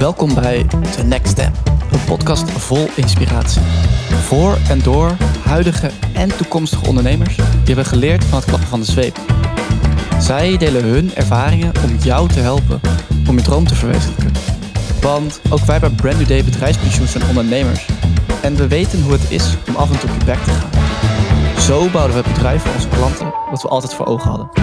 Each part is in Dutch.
Welkom bij The Next Step, een podcast vol inspiratie. Voor en door huidige en toekomstige ondernemers die hebben geleerd van het klappen van de zweep. Zij delen hun ervaringen om jou te helpen om je droom te verwezenlijken. Want ook wij bij Brand New Day Bedrijfspensioen zijn ondernemers. En we weten hoe het is om af en toe op je bek te gaan. Zo bouwden we het bedrijf voor onze klanten wat we altijd voor ogen hadden.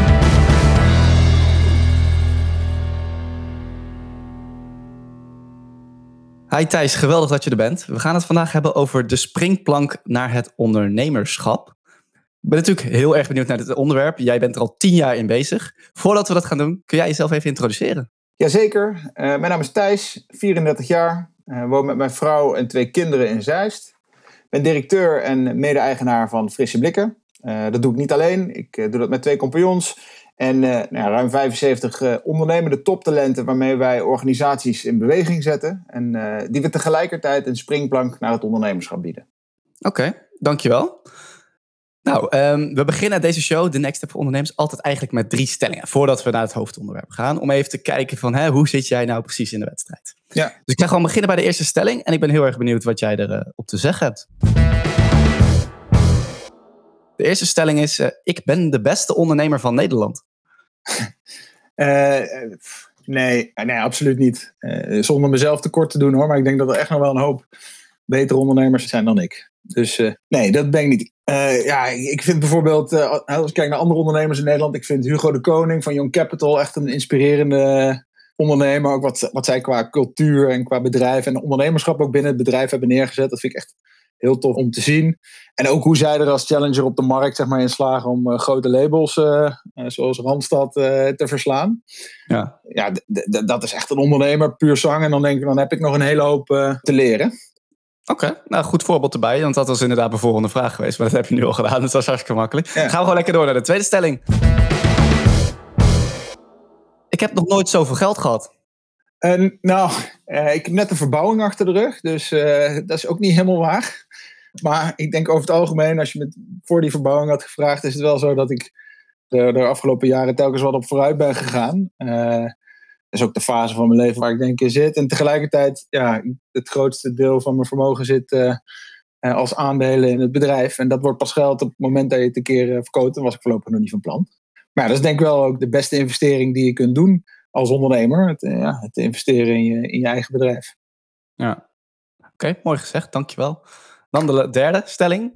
Hi Thijs, geweldig dat je er bent. We gaan het vandaag hebben over de springplank naar het ondernemerschap. Ik ben natuurlijk heel erg benieuwd naar dit onderwerp. Jij bent er al 10 jaar in bezig. Voordat we dat gaan doen, kun jij jezelf even introduceren? Jazeker. Mijn naam is Thijs, 34 jaar. Woon met mijn vrouw en 2 kinderen in Zeist. Ben directeur en mede-eigenaar van Frisse Blikken. Dat doe ik niet alleen. Ik doe dat met 2 compagnons. En ruim 75 ondernemende toptalenten waarmee wij organisaties in beweging zetten. En die we tegelijkertijd een springplank naar het ondernemerschap bieden. Oké, dankjewel. Nou, we beginnen deze show, The Next Step voor Ondernemers, altijd eigenlijk met 3 stellingen. Voordat we naar het hoofdonderwerp gaan. Om even te kijken van hoe zit jij nou precies in de wedstrijd. Ja. Dus ik ga gewoon beginnen bij de eerste stelling. En ik ben heel erg benieuwd wat jij erop te zeggen hebt. De eerste stelling is, ik ben de beste ondernemer van Nederland. Nee, absoluut niet. Zonder mezelf tekort te doen hoor. Maar ik denk dat er echt nog wel een hoop betere ondernemers zijn dan ik. Dus nee, dat ben ik niet. Ik vind bijvoorbeeld, als ik kijk naar andere ondernemers in Nederland. Ik vind Hugo de Koning van Young Capital echt een inspirerende ondernemer. Ook wat zij qua cultuur en qua bedrijf en ondernemerschap ook binnen het bedrijf hebben neergezet. Dat vind ik echt heel tof om te zien. En ook hoe zij er als challenger op de markt zeg maar, in slagen om grote labels zoals Randstad te verslaan. Ja, dat is echt een ondernemer, puur zang. En dan denk ik, dan heb ik nog een hele hoop te leren. Oké, nou goed voorbeeld erbij. Want dat was inderdaad mijn volgende vraag geweest. Maar dat heb je nu al gedaan, dus dat was hartstikke makkelijk. Ja. Gaan we gewoon lekker door naar de tweede stelling. Ik heb nog nooit zoveel geld gehad. Ik heb net een verbouwing achter de rug. Dus dat is ook niet helemaal waar. Maar ik denk over het algemeen, als je me voor die verbouwing had gevraagd, is het wel zo dat ik de afgelopen jaren telkens wat op vooruit ben gegaan. Dat is ook de fase van mijn leven waar ik denk in zit. En tegelijkertijd, het grootste deel van mijn vermogen zit als aandelen in het bedrijf. En dat wordt pas geld op het moment dat je het een keer verkoopt. Dat was ik voorlopig nog niet van plan. Maar dat is denk ik wel ook de beste investering die je kunt doen als ondernemer. Het investeren in je eigen bedrijf. Ja, oké, mooi gezegd, dankjewel. Dan de derde stelling.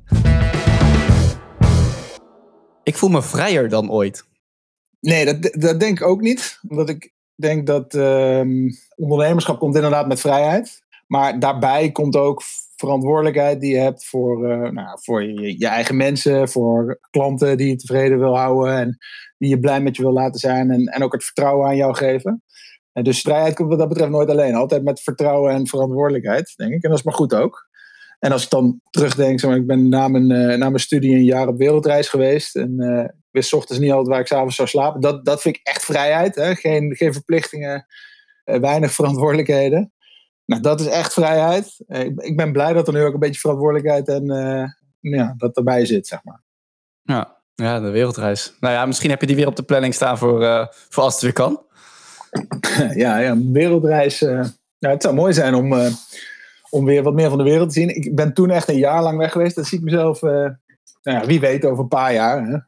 Ik voel me vrijer dan ooit. Nee, dat denk ik ook niet. Omdat ik denk dat ondernemerschap komt inderdaad met vrijheid. Maar daarbij komt ook verantwoordelijkheid die je hebt voor je eigen mensen. Voor klanten die je tevreden wil houden. En die je blij met je wil laten zijn. En ook het vertrouwen aan jou geven. En dus vrijheid komt wat dat betreft nooit alleen. Altijd met vertrouwen en verantwoordelijkheid, denk ik. En dat is maar goed ook. En als ik dan terugdenk, ik ben na mijn studie een jaar op wereldreis geweest. En ik wist 's ochtends niet altijd waar ik 's avonds zou slapen. Dat vind ik echt vrijheid. Hè? Geen verplichtingen, weinig verantwoordelijkheden. Nou, dat is echt vrijheid. Ik ben blij dat er nu ook een beetje verantwoordelijkheid en dat erbij zit, zeg maar. Ja, de wereldreis. Nou ja, misschien heb je die weer op de planning staan voor als het weer kan. Ja, een wereldreis. Het zou mooi zijn om weer wat meer van de wereld te zien. Ik ben toen echt een jaar lang weg geweest. Dat zie ik mezelf, wie weet, over een paar jaar. Hè?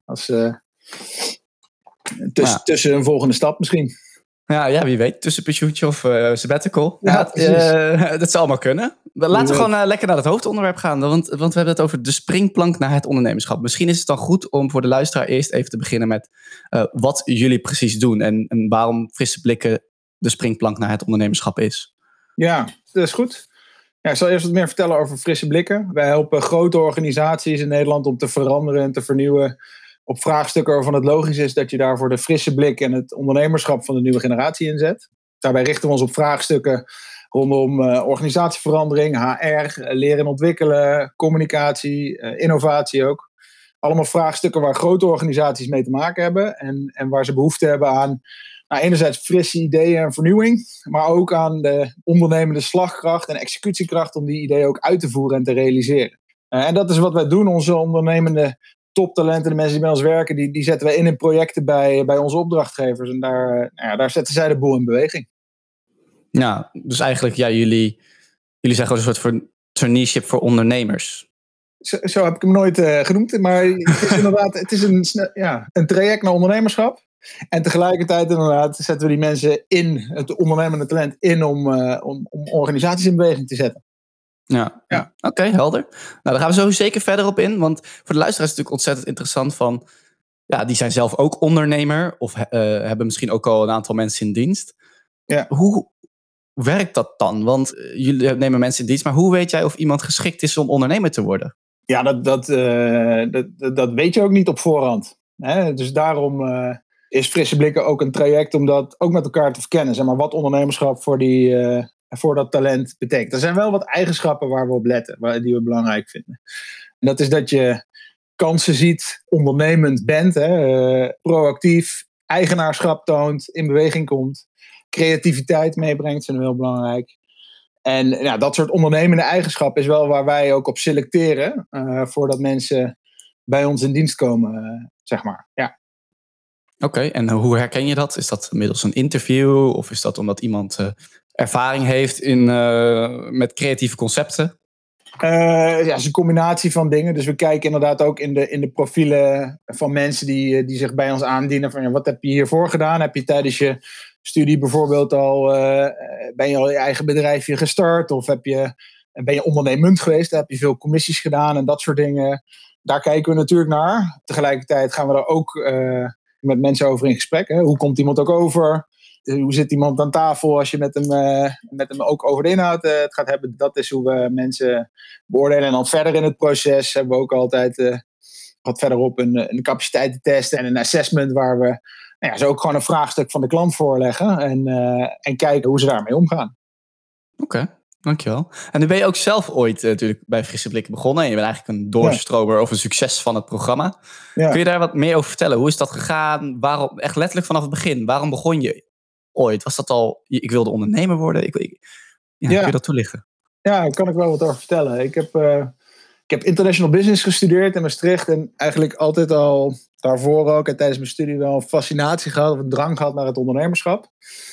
Tussen een volgende stap misschien. Ja, wie weet. Tussen pensioentje of sabbatical. Dat zou allemaal kunnen. Laten we gewoon lekker naar het hoofdonderwerp gaan. Want we hebben het over de springplank naar het ondernemerschap. Misschien is het dan goed om voor de luisteraar eerst even te beginnen met wat jullie precies doen. En waarom Frisse Blikken de springplank naar het ondernemerschap is. Ja, dat is goed. Ja, ik zal eerst wat meer vertellen over Frisse Blikken. Wij helpen grote organisaties in Nederland om te veranderen en te vernieuwen op vraagstukken waarvan het logisch is dat je daarvoor de frisse blik en het ondernemerschap van de nieuwe generatie inzet. Daarbij richten we ons op vraagstukken rondom organisatieverandering, HR, leren en ontwikkelen, communicatie, innovatie ook. Allemaal vraagstukken waar grote organisaties mee te maken hebben en waar ze behoefte hebben aan enerzijds frisse ideeën en vernieuwing, maar ook aan de ondernemende slagkracht en executiekracht om die ideeën ook uit te voeren en te realiseren. En dat is wat wij doen. Onze ondernemende toptalenten, de mensen die bij ons werken, die zetten wij in projecten bij onze opdrachtgevers. En daar zetten zij de boel in beweging. Ja, dus eigenlijk, jullie zijn gewoon een soort van traineeship voor ondernemers. Zo heb ik hem nooit genoemd, maar het is inderdaad een traject naar ondernemerschap. En tegelijkertijd inderdaad zetten we die mensen in, het ondernemende talent, in om organisaties in beweging te zetten. Ja. Oké, helder. Nou, daar gaan we zo zeker verder op in. Want voor de luisteraar is het natuurlijk ontzettend interessant van... Ja, die zijn zelf ook ondernemer. Of hebben misschien ook al een aantal mensen in dienst. Ja. Hoe werkt dat dan? Want jullie nemen mensen in dienst. Maar hoe weet jij of iemand geschikt is om ondernemer te worden? Ja, dat weet je ook niet op voorhand. Hè? Dus daarom is Frisse Blikken ook een traject om dat ook met elkaar te verkennen. Zeg maar, wat ondernemerschap voor dat talent betekent. Er zijn wel wat eigenschappen waar we op letten, die we belangrijk vinden. En dat is dat je kansen ziet, ondernemend bent, proactief, eigenaarschap toont, in beweging komt, creativiteit meebrengt, zijn heel belangrijk. En dat soort ondernemende eigenschappen is wel waar wij ook op selecteren voordat mensen bij ons in dienst komen, zeg maar. Ja. Oké, en hoe herken je dat? Is dat middels een interview of is dat omdat iemand ervaring heeft met creatieve concepten? Het is een combinatie van dingen. Dus we kijken inderdaad ook in de profielen van mensen die zich bij ons aandienen. Van, wat heb je hiervoor gedaan? Heb je tijdens je studie bijvoorbeeld ben je al je eigen bedrijfje gestart? Of ben je ondernemend geweest? Heb je veel commissies gedaan en dat soort dingen? Daar kijken we natuurlijk naar. Tegelijkertijd gaan we daar ook met mensen over in gesprek. Hè? Hoe komt iemand ook over? Hoe zit iemand aan tafel als je met hem ook over de inhoud het gaat hebben? Dat is hoe we mensen beoordelen. En dan verder in het proces hebben we ook altijd wat verderop een capaciteitentest en een assessment waar we ze ook gewoon een vraagstuk van de klant voorleggen en kijken hoe ze daarmee omgaan. Oké, dankjewel. En nu ben je ook zelf ooit natuurlijk bij Frisse Blikken begonnen. En je bent eigenlijk een doorstromer of een succes van het programma. Ja. Kun je daar wat meer over vertellen? Hoe is dat gegaan? Waarom, echt letterlijk vanaf het begin. Waarom begon je ooit? Was dat al, ik wilde ondernemer worden? Kun je dat toelichten? Ja, daar kan ik wel wat over vertellen. Ik heb international business gestudeerd in Maastricht. En eigenlijk altijd al daarvoor ook en tijdens mijn studie wel een fascinatie gehad of een drang gehad naar het ondernemerschap.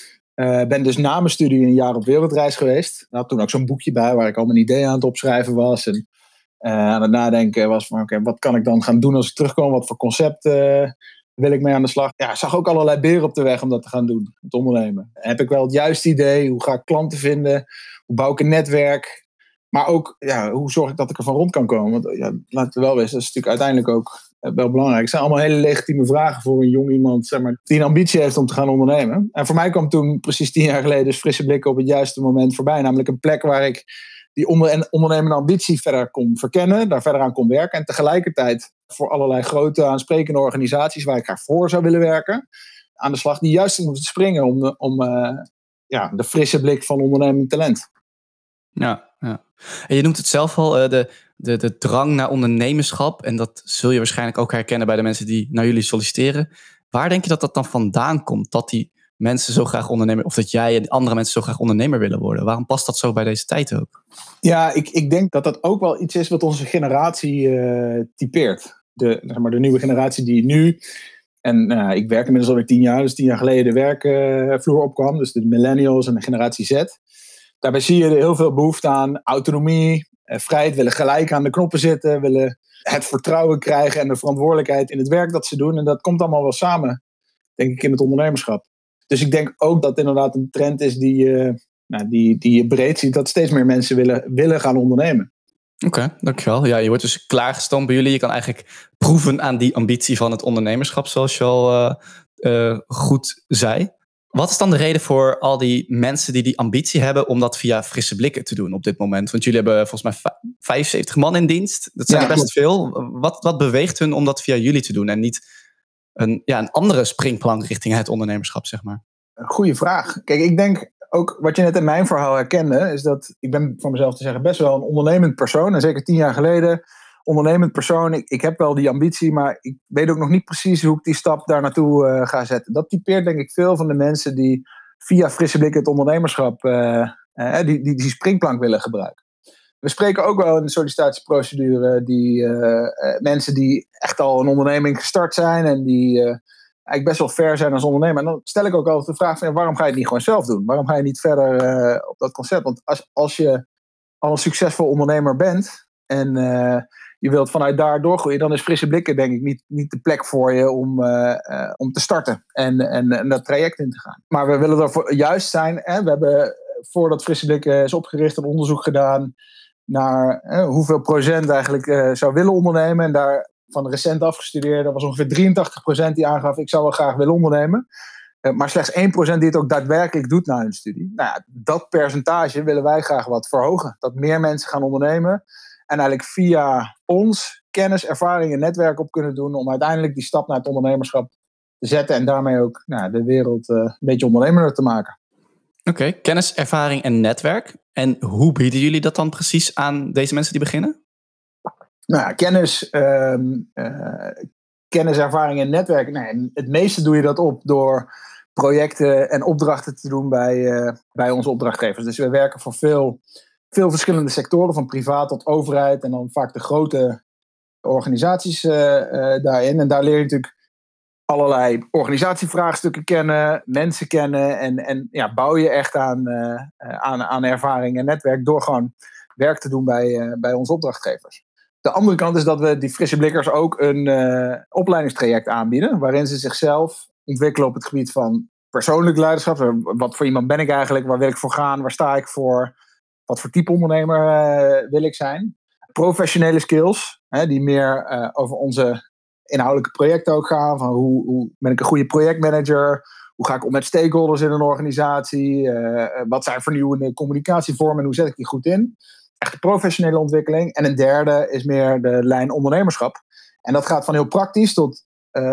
Ben dus na mijn studie een jaar op wereldreis geweest. Ik had toen ook zo'n boekje bij waar ik al mijn ideeën aan het opschrijven was. En aan het nadenken was van oké, wat kan ik dan gaan doen als ik terugkom? Wat voor concept wil ik mee aan de slag? Ja, ik zag ook allerlei beren op de weg om dat te gaan doen, het ondernemen. Heb ik wel het juiste idee? Hoe ga ik klanten vinden? Hoe bouw ik een netwerk? Maar ook, hoe zorg ik dat ik er van rond kan komen? Want laten we wel weten, dat is natuurlijk uiteindelijk ook wel belangrijk. Het zijn allemaal hele legitieme vragen voor een jong iemand, zeg maar, die een ambitie heeft om te gaan ondernemen. En voor mij kwam toen precies 10 jaar geleden Frisse Blikken op het juiste moment voorbij. Namelijk een plek waar ik die ondernemende ambitie verder kon verkennen, daar verder aan kon werken. En tegelijkertijd voor allerlei grote aansprekende organisaties waar ik graag voor zou willen werken, aan de slag die juist moeten springen om de frisse blik van ondernemend talent. Ja. En je noemt het zelf al, de drang naar ondernemerschap. En dat zul je waarschijnlijk ook herkennen bij de mensen die naar jullie solliciteren. Waar denk je dat dat dan vandaan komt? Dat die mensen zo graag ondernemer, of dat jij en andere mensen zo graag ondernemer willen worden? Waarom past dat zo bij deze tijd ook? Ja, ik denk dat dat ook wel iets is wat onze generatie typeert. De nieuwe generatie die nu... En ik werk inmiddels alweer 10 jaar, dus 10 jaar geleden de werkvloer opkwam. Dus de millennials en de generatie Z. Daarbij zie je heel veel behoefte aan autonomie, vrijheid, willen gelijk aan de knoppen zitten, willen het vertrouwen krijgen en de verantwoordelijkheid in het werk dat ze doen. En dat komt allemaal wel samen, denk ik, in het ondernemerschap. Dus ik denk ook dat het inderdaad een trend is die je breed ziet, dat steeds meer mensen willen gaan ondernemen. Oké, dankjewel. Ja, je wordt dus klaargestoomd bij jullie. Je kan eigenlijk proeven aan die ambitie van het ondernemerschap, zoals je al goed zei. Wat is dan de reden voor al die mensen die ambitie hebben om dat via Frisse Blikken te doen op dit moment? Want jullie hebben volgens mij 75 man in dienst. Dat zijn er best veel. Wat beweegt hun om dat via jullie te doen en niet een andere springplank richting het ondernemerschap, zeg maar? Goeie vraag. Kijk, ik denk ook wat je net in mijn verhaal herkende, is dat ik ben van mezelf te zeggen best wel een ondernemend persoon. En zeker 10 jaar geleden ondernemend persoon. Ik heb wel die ambitie, maar ik weet ook nog niet precies hoe ik die stap daar naartoe ga zetten. Dat typeert denk ik veel van de mensen die via Frisse Blikken het ondernemerschap die springplank willen gebruiken. We spreken ook wel in de sollicitatieprocedure die mensen die echt al een onderneming gestart zijn en die eigenlijk best wel fair zijn als ondernemer. En dan stel ik ook altijd de vraag van, waarom ga je het niet gewoon zelf doen? Waarom ga je niet verder op dat concept? Want als je al een succesvol ondernemer bent en je wilt vanuit daar doorgroeien, dan is Frisse Blikken denk ik niet de plek voor je om te starten en dat traject in te gaan. Maar we willen ervoor juist zijn. We hebben voordat Frisse Blikken is opgericht een onderzoek gedaan naar hoeveel procent eigenlijk zou willen ondernemen. En daar van recent afgestudeerden was ongeveer 83% die aangaf ik zou wel graag willen ondernemen. Maar slechts 1% die het ook daadwerkelijk doet na hun studie. Nou ja, dat percentage willen wij graag wat verhogen. Dat meer mensen gaan ondernemen. En eigenlijk via ons kennis, ervaring en netwerk op kunnen doen om uiteindelijk die stap naar het ondernemerschap te zetten. En daarmee ook de wereld een beetje ondernemerder te maken. Oké, kennis, ervaring en netwerk. En hoe bieden jullie dat dan precies aan deze mensen die beginnen? Nou ja, kennis, ervaring en netwerk. Nee, het meeste doe je dat op door projecten en opdrachten te doen bij onze opdrachtgevers. Dus we werken voor veel verschillende sectoren, van privaat tot overheid en dan vaak de grote organisaties daarin. En daar leer je natuurlijk allerlei organisatievraagstukken kennen, mensen kennen en bouw je echt aan ervaring en netwerk door gewoon werk te doen bij onze opdrachtgevers. De andere kant is dat we die Frisse Blikkers ook een opleidingstraject aanbieden, waarin ze zichzelf ontwikkelen op het gebied van persoonlijk leiderschap. Wat voor iemand ben ik eigenlijk? Waar wil ik voor gaan? Waar sta ik voor? Wat voor type ondernemer wil ik zijn? Professionele skills, die meer over onze inhoudelijke projecten ook gaan. Van hoe ben ik een goede projectmanager? Hoe ga ik om met stakeholders in een organisatie? Wat zijn vernieuwende communicatievormen en hoe zet ik die goed in? Echt de professionele ontwikkeling. En een derde is meer de lijn ondernemerschap. En dat gaat van heel praktisch tot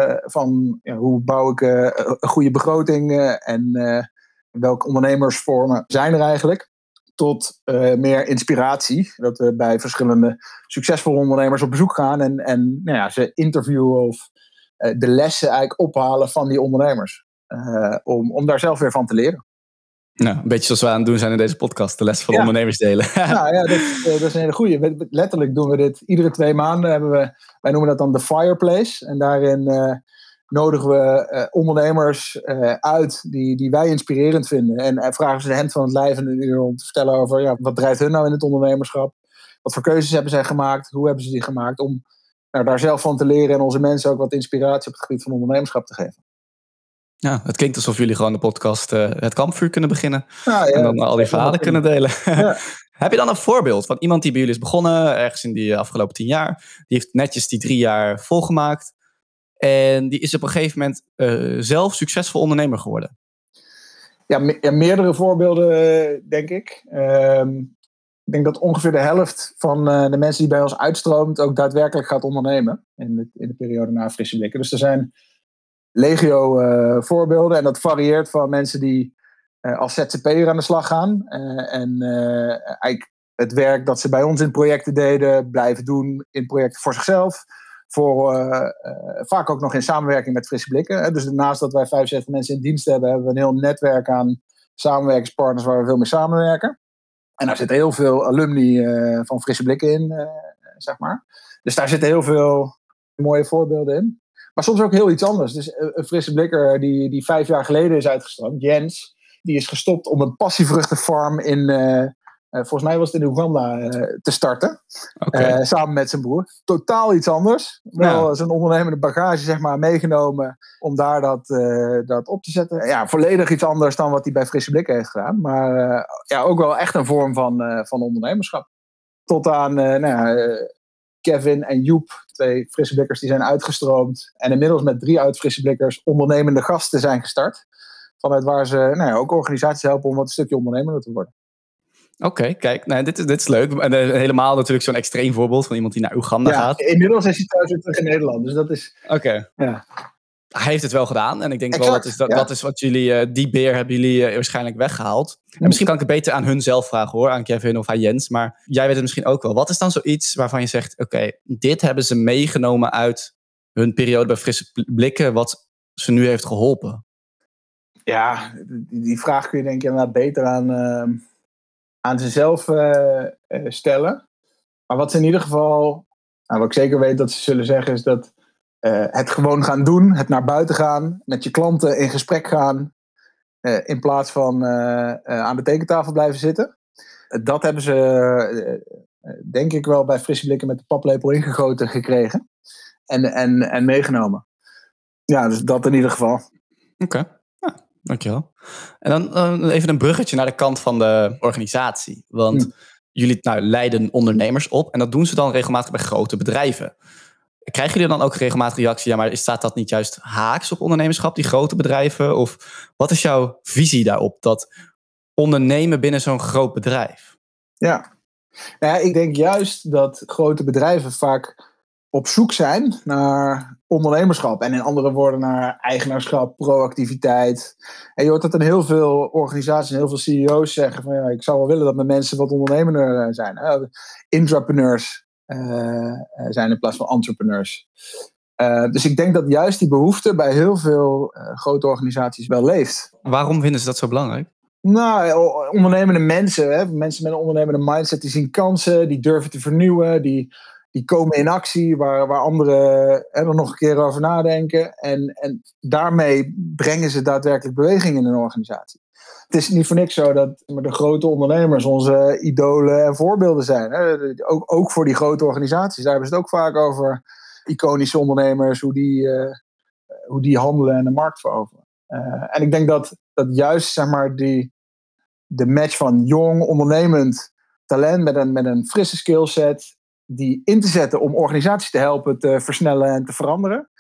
hoe bouw ik een goede begroting en welke ondernemersvormen zijn er eigenlijk. Tot meer inspiratie. Dat we bij verschillende succesvolle ondernemers op bezoek gaan en ze interviewen of de lessen eigenlijk ophalen van die ondernemers. Om daar zelf weer van te leren. Nou, een beetje zoals we aan het doen zijn in deze podcast, de les van ondernemers delen. Nou ja, dat is een hele goeie. Letterlijk doen we dit iedere 2 maanden. Wij noemen dat dan de Fireplace. En daarin nodigen we ondernemers uit die wij inspirerend vinden. En vragen ze de hand van het lijf in een uur om te vertellen over wat drijft hun nou in het ondernemerschap. Wat voor keuzes hebben zij gemaakt? Hoe hebben ze die gemaakt? Om daar zelf van te leren en onze mensen ook wat inspiratie op het gebied van ondernemerschap te geven. Ja, het klinkt alsof jullie gewoon de podcast Het Kampvuur kunnen beginnen. En dan al die verhalen kunnen delen. Ja. Heb je dan een voorbeeld van iemand die bij jullie is begonnen, ergens in die afgelopen 10 jaar? Die heeft netjes die 3 jaar volgemaakt. En die is op een gegeven moment zelf succesvol ondernemer geworden. Ja, meerdere voorbeelden, denk ik. Ik denk dat ongeveer de helft van de mensen die bij ons uitstroomt ook daadwerkelijk gaat ondernemen in de periode na Frisse Blikken. Dus er zijn legio voorbeelden en dat varieert van mensen die als ZZP'er aan de slag gaan en eigenlijk het werk dat ze bij ons in projecten deden blijven doen in projecten voor zichzelf. Vaak ook nog in samenwerking met Frisse Blikken. Dus naast dat wij 75 mensen in dienst hebben, hebben we een heel netwerk aan samenwerkingspartners waar we veel mee samenwerken. En daar zitten heel veel alumni van Frisse Blikken in, zeg maar. Dus daar zitten heel veel mooie voorbeelden in. Maar soms ook heel iets anders. Dus een Frisse Blikker die 5 jaar geleden is uitgestroomd, Jens, die is gestopt om een passievruchtenfarm in... volgens mij was het in Oeganda te starten. Okay. Samen met zijn broer. Totaal iets anders. Wel zijn ondernemende bagage zeg maar, meegenomen om daar dat op te zetten. Ja, volledig iets anders dan wat hij bij Frisse Blikken heeft gedaan. Maar ook wel echt een vorm van ondernemerschap. Tot aan Kevin en Joep, 2 Frisse Blikkers die zijn uitgestroomd. En inmiddels met 3 uit Frisse Blikkers ondernemende gasten zijn gestart. Vanuit waar ze ook organisaties helpen om wat een stukje ondernemer te worden. Oké, kijk, dit is leuk. En helemaal natuurlijk zo'n extreem voorbeeld van iemand die naar Oeganda gaat. Inmiddels is hij thuis weer terug in Nederland. Dus dat is... Oké. Ja. Hij heeft het wel gedaan. En ik denk wel, dat is wat jullie... die beer hebben jullie waarschijnlijk weggehaald. En misschien kan ik het beter aan hun zelf vragen hoor. Aan Kevin of aan Jens. Maar jij weet het misschien ook wel. Wat is dan zoiets waarvan je zegt... Oké, dit hebben ze meegenomen uit hun periode bij Frisse Blikken. Wat ze nu heeft geholpen. Ja, die vraag kun je denk ik inderdaad beter aan zichzelf stellen. Maar wat ze in ieder geval... wat ik zeker weet dat ze zullen zeggen is dat het gewoon gaan doen, het naar buiten gaan, met je klanten in gesprek gaan, in plaats van aan de tekentafel blijven zitten. Dat hebben ze, denk ik wel, bij Frisse Blikken met de paplepel ingegoten gekregen en meegenomen. Ja, dus dat in ieder geval. Oké. Ja, dankjewel. En dan even een bruggetje naar de kant van de organisatie. Want jullie leiden ondernemers op en dat doen ze dan regelmatig bij grote bedrijven. Krijgen jullie dan ook regelmatig reactie? Ja, maar staat dat niet juist haaks op ondernemerschap, die grote bedrijven? Of wat is jouw visie daarop, dat ondernemen binnen zo'n groot bedrijf? Ja, ik denk juist dat grote bedrijven vaak op zoek zijn naar ondernemerschap. En in andere woorden naar eigenaarschap, proactiviteit. En je hoort dat in heel veel organisaties, heel veel CEO's zeggen van ik zou wel willen dat mijn mensen wat ondernemender zijn. Intrapreneurs zijn in plaats van entrepreneurs. Dus ik denk dat juist die behoefte bij heel veel grote organisaties wel leeft. Waarom vinden ze dat zo belangrijk? Ondernemende mensen, mensen met een ondernemende mindset, die zien kansen, die durven te vernieuwen, die komen in actie waar anderen er nog een keer over nadenken. En daarmee brengen ze daadwerkelijk beweging in een organisatie. Het is niet voor niks zo dat de grote ondernemers onze idolen en voorbeelden zijn. Hè? Ook voor die grote organisaties. Daar hebben ze het ook vaak over. Iconische ondernemers, hoe die handelen en de markt veroveren. En ik denk dat juist zeg maar, de match van jong, ondernemend talent met een frisse skillset, die in te zetten om organisaties te helpen te versnellen en te veranderen,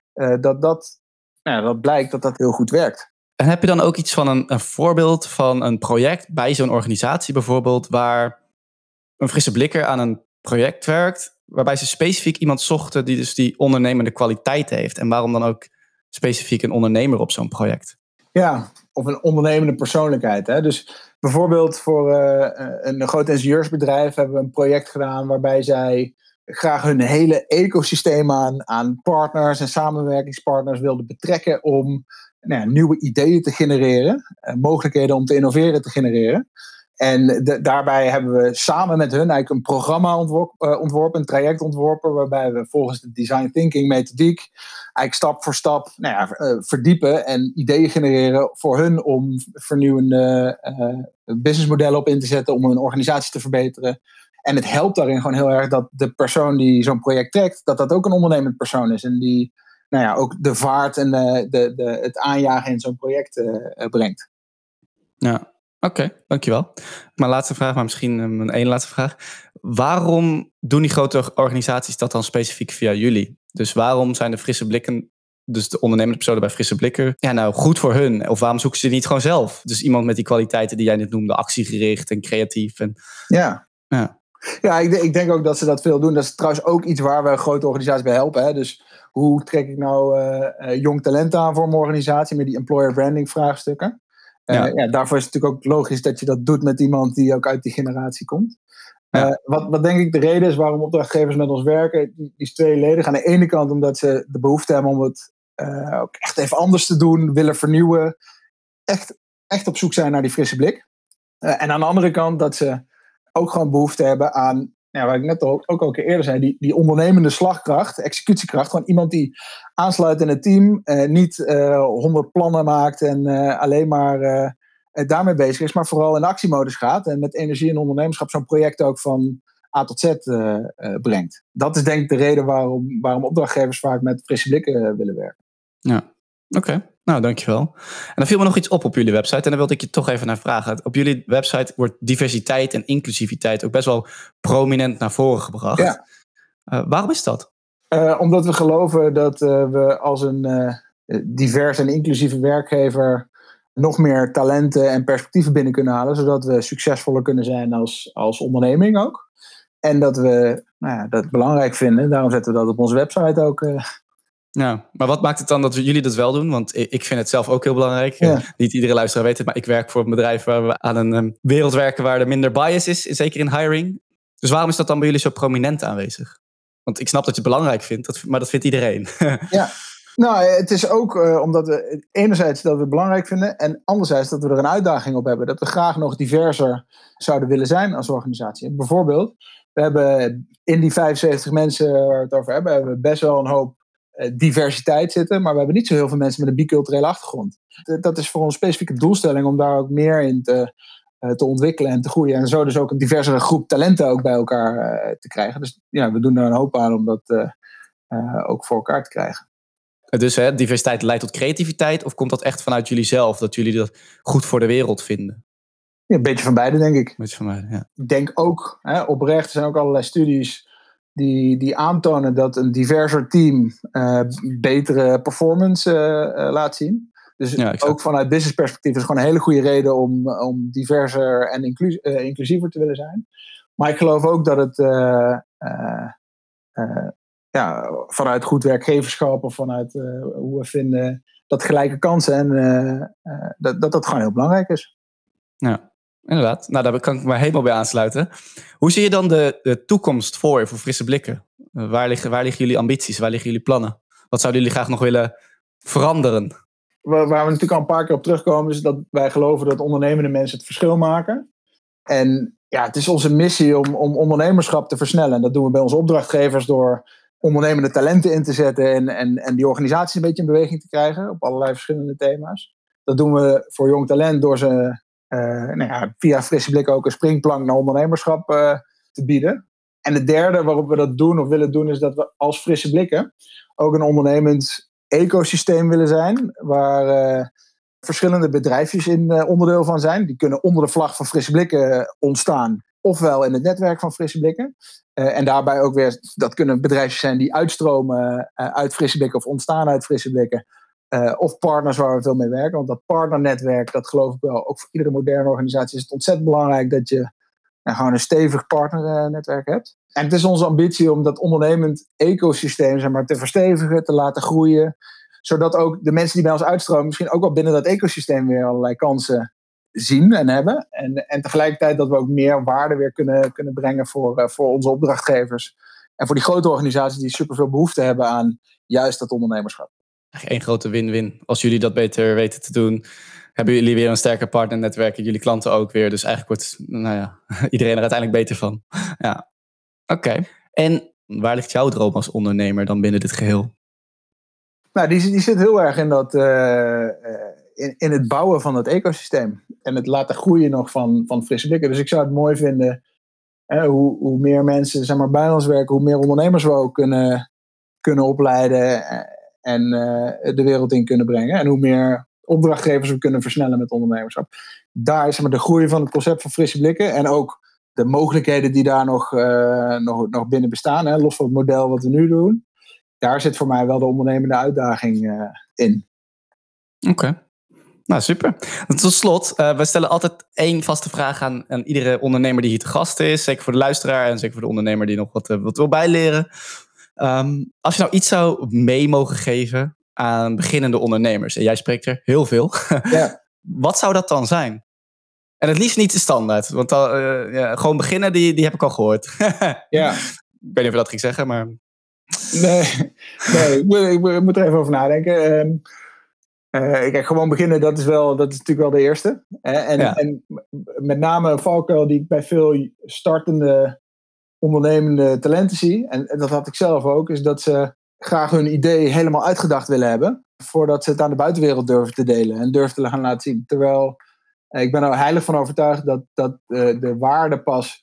dat blijkt dat heel goed werkt. En heb je dan ook iets van een voorbeeld van een project bij zo'n organisatie bijvoorbeeld, waar een frisse blikker aan een project werkt, waarbij ze specifiek iemand zochten die dus die ondernemende kwaliteiten heeft? En waarom dan ook specifiek een ondernemer op zo'n project? Ja, of een ondernemende persoonlijkheid. Hè? Dus bijvoorbeeld voor een groot ingenieursbedrijf hebben we een project gedaan waarbij zij graag hun hele ecosysteem aan partners en samenwerkingspartners wilden betrekken om nieuwe ideeën te genereren, mogelijkheden om te innoveren te genereren. En daarbij hebben we samen met hun eigenlijk een programma ontworpen, een traject ontworpen, waarbij we volgens de design thinking methodiek eigenlijk stap voor stap verdiepen en ideeën genereren voor hun om vernieuwende businessmodellen op in te zetten, om hun organisatie te verbeteren. En het helpt daarin gewoon heel erg dat de persoon die zo'n project trekt, dat ook een ondernemend persoon is en die ook de vaart en het aanjagen in zo'n project brengt. Ja. Oké, dankjewel. Mijn laatste vraag, maar misschien mijn ene laatste vraag. Waarom doen die grote organisaties dat dan specifiek via jullie? Dus waarom zijn de frisse blikken, dus de ondernemende personen bij Frisse Blikken, goed voor hun? Of waarom zoeken ze niet gewoon zelf? Dus iemand met die kwaliteiten die jij net noemde, actiegericht en creatief. Ja, ik denk ook dat ze dat veel doen. Dat is trouwens ook iets waar we grote organisaties bij helpen. Hè? Dus hoe trek ik nou jong talent aan voor mijn organisatie met die employer branding vraagstukken? Daarvoor is het natuurlijk ook logisch dat je dat doet met iemand die ook uit die generatie komt. Ja. Wat denk ik de reden is waarom opdrachtgevers met ons werken, die is tweeledig. Aan de ene kant omdat ze de behoefte hebben om het ook echt even anders te doen, willen vernieuwen. Echt op zoek zijn naar die frisse blik. En aan de andere kant dat ze ook gewoon behoefte hebben aan, wat ik net ook al een keer eerder zei, die ondernemende slagkracht, executiekracht. Gewoon iemand die aansluit in het team, niet 100 plannen maakt en alleen maar daarmee bezig is, maar vooral in actiemodus gaat en met energie en ondernemerschap zo'n project ook van A tot Z brengt. Dat is denk ik de reden waarom opdrachtgevers vaak met frisse blikken willen werken. Ja, oké. Nou, dankjewel. En dan viel me nog iets op jullie website en daar wilde ik je toch even naar vragen. Op jullie website wordt diversiteit en inclusiviteit ook best wel prominent naar voren gebracht. Ja. Waarom is dat? Omdat we geloven dat we als een divers en inclusieve werkgever nog meer talenten en perspectieven binnen kunnen halen, zodat we succesvoller kunnen zijn als onderneming ook. En dat we dat belangrijk vinden. Daarom zetten we dat op onze website ook. Ja, maar wat maakt het dan dat jullie dat wel doen? Want ik vind het zelf ook heel belangrijk. Ja. Niet iedere luisteraar weet het, maar ik werk voor een bedrijf waar we aan een wereld werken waar er minder bias is, zeker in hiring. Dus waarom is dat dan bij jullie zo prominent aanwezig? Want ik snap dat je het belangrijk vindt, maar dat vindt iedereen. Ja, nou, het is ook omdat we enerzijds dat we het belangrijk vinden en anderzijds dat we er een uitdaging op hebben. Dat we graag nog diverser zouden willen zijn als organisatie. Bijvoorbeeld, we hebben in die 75 mensen waar we het over hebben we best wel een hoop diversiteit zitten. Maar we hebben niet zo heel veel mensen met een biculturele achtergrond. Dat is voor ons specifieke doelstelling om daar ook meer in te ontwikkelen en te groeien. En zo dus ook een diversere groep talenten ook bij elkaar te krijgen. Dus ja, we doen daar een hoop aan om dat ook voor elkaar te krijgen. Dus diversiteit leidt tot creativiteit? Of komt dat echt vanuit jullie zelf? Dat jullie dat goed voor de wereld vinden? Ja, een beetje van beide, denk ik. Een beetje van beide, ja. Ik denk ook, oprecht, er zijn ook allerlei studies die aantonen dat een diverser team betere performance laat zien. Dus ja, ook vanuit business perspectief is het gewoon een hele goede reden om diverser en inclusiever te willen zijn. Maar ik geloof ook dat het vanuit goed werkgeverschap of vanuit hoe we vinden dat gelijke kansen en dat gewoon heel belangrijk is. Ja, inderdaad. Nou, daar kan ik me helemaal bij aansluiten. Hoe zie je dan de toekomst voor Frisse Blikken? Waar liggen jullie ambities? Waar liggen jullie plannen? Wat zouden jullie graag nog willen veranderen? Waar we natuurlijk al een paar keer op terugkomen is dat wij geloven dat ondernemende mensen het verschil maken. En ja, het is onze missie om ondernemerschap te versnellen. En dat doen we bij onze opdrachtgevers door ondernemende talenten in te zetten en die organisatie een beetje in beweging te krijgen op allerlei verschillende thema's. Dat doen we voor jong talent door ze via Frisse Blik ook een springplank naar ondernemerschap te bieden. En de derde waarop we dat doen of willen doen is dat we als Frisse Blikken ook een ondernemend ecosysteem willen zijn waar verschillende bedrijfjes in onderdeel van zijn. Die kunnen onder de vlag van Frisse Blikken ontstaan, ofwel in het netwerk van Frisse Blikken. En daarbij ook weer, dat kunnen bedrijfjes zijn die uitstromen uit Frisse Blikken of ontstaan uit Frisse Blikken. Of partners waar we veel mee werken. Want dat partnernetwerk, dat geloof ik wel, ook voor iedere moderne organisatie is het ontzettend belangrijk dat je gewoon een stevig partnernetwerk hebt. En het is onze ambitie om dat ondernemend ecosysteem te verstevigen, te laten groeien. Zodat ook de mensen die bij ons uitstromen misschien ook wel binnen dat ecosysteem weer allerlei kansen zien en hebben. En tegelijkertijd dat we ook meer waarde weer kunnen brengen voor onze opdrachtgevers. En voor die grote organisaties die superveel behoefte hebben aan juist dat ondernemerschap. Eén grote win-win. Als jullie dat beter weten te doen, hebben jullie weer een sterker partnernetwerk en jullie klanten ook weer. Dus eigenlijk wordt iedereen er uiteindelijk beter van. Ja. Oké. En waar ligt jouw droom als ondernemer dan binnen dit geheel? Nou, die zit heel erg in dat in het bouwen van het ecosysteem. En het laten groeien nog van Frisse Blikken. Dus ik zou het mooi vinden hoe meer mensen bij ons werken, hoe meer ondernemers we ook kunnen opleiden en de wereld in kunnen brengen. En hoe meer opdrachtgevers we kunnen versnellen met ondernemerschap. Daar is de groei van het concept van Frisse Blikken en ook de mogelijkheden die daar nog binnen bestaan. Los van het model wat we nu doen. Daar zit voor mij wel de ondernemende uitdaging in. Oké. Nou, super. Tot slot, we stellen altijd 1 vaste vraag aan iedere ondernemer die hier te gast is. Zeker voor de luisteraar en zeker voor de ondernemer die nog wat wil bijleren. Als je nou iets zou mee mogen geven aan beginnende ondernemers, en jij spreekt er heel veel, ja. Wat zou dat dan zijn? En het liefst niet de standaard, want gewoon beginnen, die heb ik al gehoord. Ja. Ik weet niet of je dat ging zeggen, maar... Nee, ik moet er even over nadenken. Kijk, gewoon beginnen, dat is natuurlijk wel de eerste. En met name een valkuil die ik bij veel startende ondernemende talenten zie, en dat had ik zelf ook, is dat ze graag hun idee helemaal uitgedacht willen hebben, voordat ze het aan de buitenwereld durven te delen en durven te gaan laten zien. Terwijl ik ben er heilig van overtuigd dat de waarde pas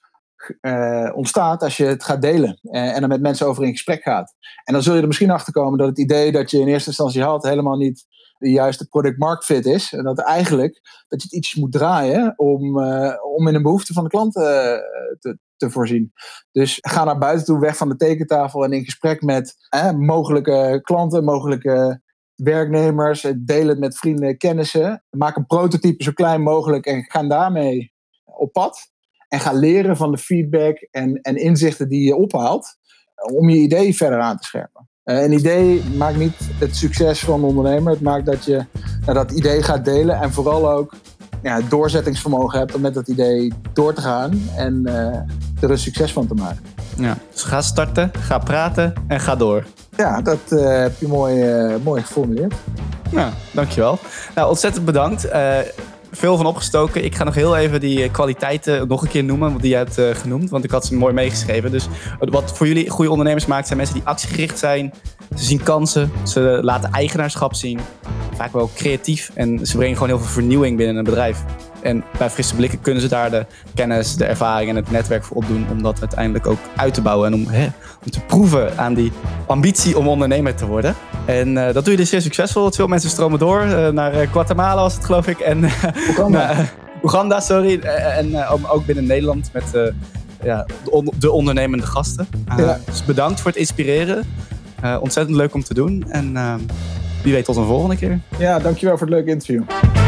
ontstaat als je het gaat delen en er met mensen over in gesprek gaat. En dan zul je er misschien achter komen dat het idee dat je in eerste instantie had helemaal niet de juiste product-market fit is. En dat eigenlijk dat je het iets moet draaien om in een behoefte van de klant te voorzien. Dus ga naar buiten toe, weg van de tekentafel en in gesprek met mogelijke klanten, mogelijke werknemers. Deel het met vrienden en kennissen. Maak een prototype zo klein mogelijk en ga daarmee op pad. En ga leren van de feedback en inzichten die je ophaalt om je idee verder aan te scherpen. Een idee maakt niet het succes van een ondernemer. Het maakt dat je dat idee gaat delen en vooral ook het doorzettingsvermogen hebt om met dat idee door te gaan en er een succes van te maken. Ja, dus ga starten, ga praten en ga door. Ja, dat heb je mooi geformuleerd. Ja, dankjewel. Nou, ontzettend bedankt. veel van opgestoken. Ik ga nog heel even die kwaliteiten nog een keer noemen, die je hebt genoemd. Want ik had ze mooi meegeschreven. Dus wat voor jullie goede ondernemers maakt, zijn mensen die actiegericht zijn. Ze zien kansen, ze laten eigenaarschap zien. Vaak wel creatief en ze brengen gewoon heel veel vernieuwing binnen een bedrijf. En bij Frisse Blikken kunnen ze daar de kennis, de ervaring en het netwerk voor opdoen om dat uiteindelijk ook uit te bouwen en om te proeven aan die ambitie om ondernemer te worden. En dat doe je dus zeer succesvol. Veel mensen stromen door naar Guatemala was het, geloof ik. En Oeganda, sorry. En ook binnen Nederland met de ondernemende gasten. Dus bedankt voor het inspireren. Ontzettend leuk om te doen. En wie weet tot een volgende keer. Ja, dankjewel voor het leuke interview.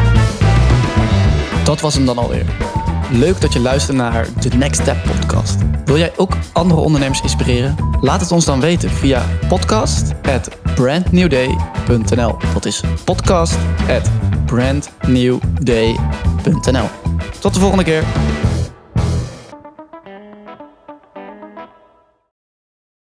Dat was hem dan alweer. Leuk dat je luistert naar de Next Step podcast. Wil jij ook andere ondernemers inspireren? Laat het ons dan weten via podcast@brandnewday.nl. Dat is podcast@brandnewday.nl. Tot de volgende keer.